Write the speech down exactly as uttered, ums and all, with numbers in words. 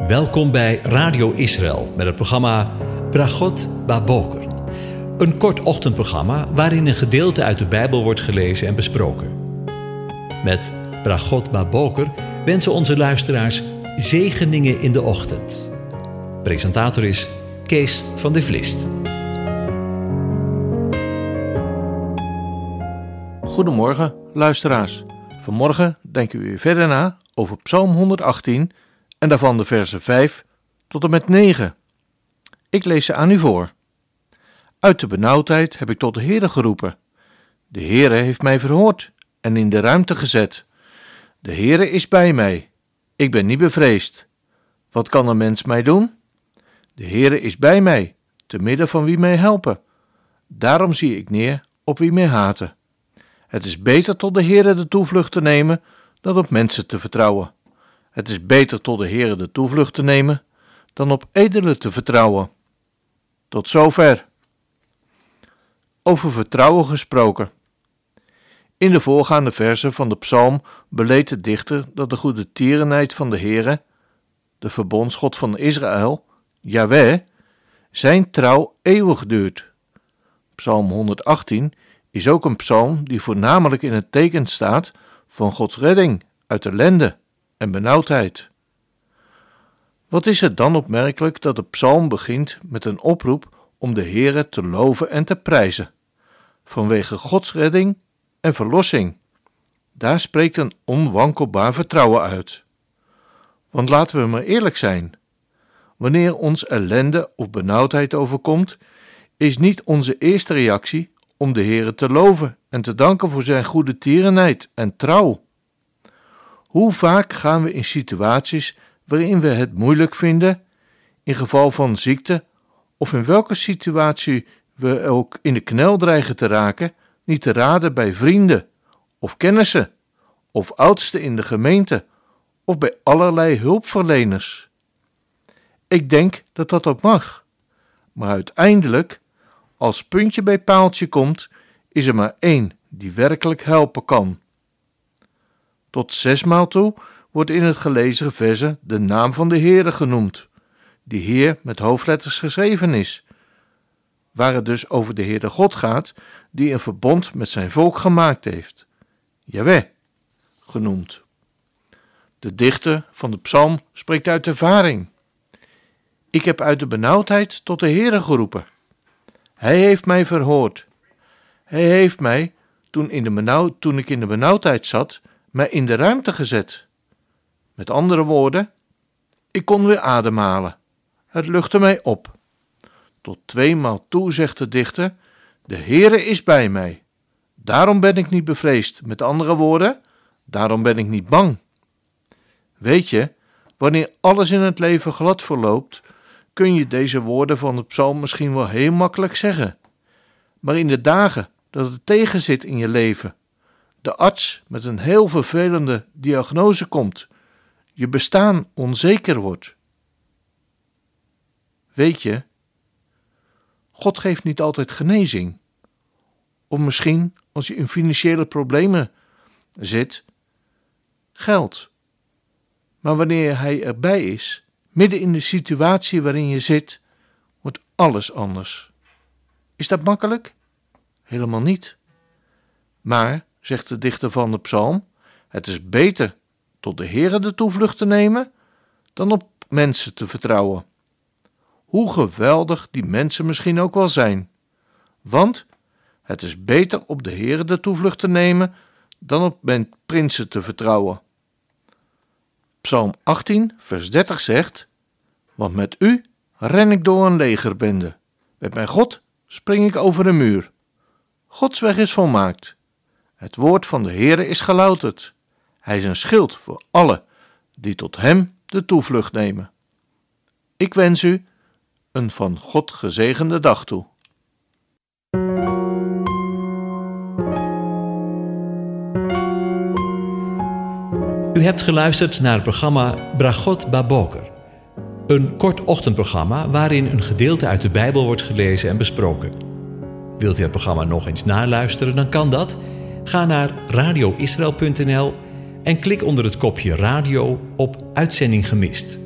Welkom bij Radio Israël met het programma Bragot Baboker. Een kort ochtendprogramma waarin een gedeelte uit de Bijbel wordt gelezen en besproken. Met Bragot Baboker wensen onze luisteraars zegeningen in de ochtend. Presentator is Kees van de Vlist. Goedemorgen, luisteraars. Vanmorgen denken we weer verder na over Psalm honderdachttien en daarvan de versen vijf tot en met negen. Ik lees ze aan u voor. Uit de benauwdheid heb ik tot de Heere geroepen. De Heere heeft mij verhoord en in de ruimte gezet. De Heere is bij mij. Ik ben niet bevreesd. Wat kan een mens mij doen? De Heere is bij mij, te midden van wie mij helpen. Daarom zie ik neer op wie mij haten. Het is beter tot de Heere de toevlucht te nemen dan op mensen te vertrouwen. Het is beter tot de Heere de toevlucht te nemen dan op edelen te vertrouwen. Tot zover. Over vertrouwen gesproken. In de voorgaande versen van de psalm beleed de dichter dat de goede tierenheid van de Heere, de verbondsgod van Israël, Jahweh, zijn trouw eeuwig duurt. Psalm honderdachttien is ook een psalm die voornamelijk in het teken staat van Gods redding uit ellende en benauwdheid. Wat is het dan opmerkelijk dat de psalm begint met een oproep om de Heere te loven en te prijzen, vanwege Gods redding en verlossing. Daar spreekt een onwankelbaar vertrouwen uit. Want laten we maar eerlijk zijn, wanneer ons ellende of benauwdheid overkomt, is niet onze eerste reactie om de Heere te loven en te danken voor zijn goede tierenheid en trouw. Hoe vaak gaan we in situaties waarin we het moeilijk vinden, in geval van ziekte, of in welke situatie we ook in de knel dreigen te raken, niet te raden bij vrienden of kennissen, of oudsten in de gemeente, of bij allerlei hulpverleners. Ik denk dat dat ook mag, maar uiteindelijk, als puntje bij paaltje komt, is er maar één die werkelijk helpen kan. Tot zesmaal toe wordt in het gelezen verse de naam van de Heere genoemd, die Heer met hoofdletters geschreven is, waar het dus over de Heere God gaat, die een verbond met zijn volk gemaakt heeft, Jahweh genoemd. De dichter van de psalm spreekt uit ervaring. Ik heb uit de benauwdheid tot de Heere geroepen. Hij heeft mij verhoord. Hij heeft mij, toen, in de benauw, toen ik in de benauwdheid zat, mij in de ruimte gezet. Met andere woorden, ik kon weer ademhalen. Het luchtte mij op. Tot tweemaal toe zegt de dichter, de Heere is bij mij. Daarom ben ik niet bevreesd. Met andere woorden, daarom ben ik niet bang. Weet je, wanneer alles in het leven glad verloopt, kun je deze woorden van de psalm misschien wel heel makkelijk zeggen. Maar in de dagen dat het tegenzit in je leven, de arts met een heel vervelende diagnose komt, je bestaan onzeker wordt. Weet je, God geeft niet altijd genezing. Of misschien, als je in financiële problemen zit, geld. Maar wanneer Hij erbij is, midden in de situatie waarin je zit, wordt alles anders. Is dat makkelijk? Helemaal niet. Maar, zegt de dichter van de psalm, het is beter tot de Heere de toevlucht te nemen dan op mensen te vertrouwen. Hoe geweldig die mensen misschien ook wel zijn. Want het is beter op de Heere de toevlucht te nemen dan op prinsen te vertrouwen. Psalm achttien, vers dertig zegt, want met u ren ik door een legerbende. Met mijn God spring ik over een muur. Gods weg is volmaakt. Het woord van de Heere is gelouterd. Hij is een schild voor alle die tot hem de toevlucht nemen. Ik wens u een van God gezegende dag toe. U hebt geluisterd naar het programma Bragot Baboker. Een kort ochtendprogramma waarin een gedeelte uit de Bijbel wordt gelezen en besproken. Wilt u het programma nog eens naluisteren, dan kan dat. Ga naar radio israël punt n l en klik onder het kopje radio op Uitzending gemist.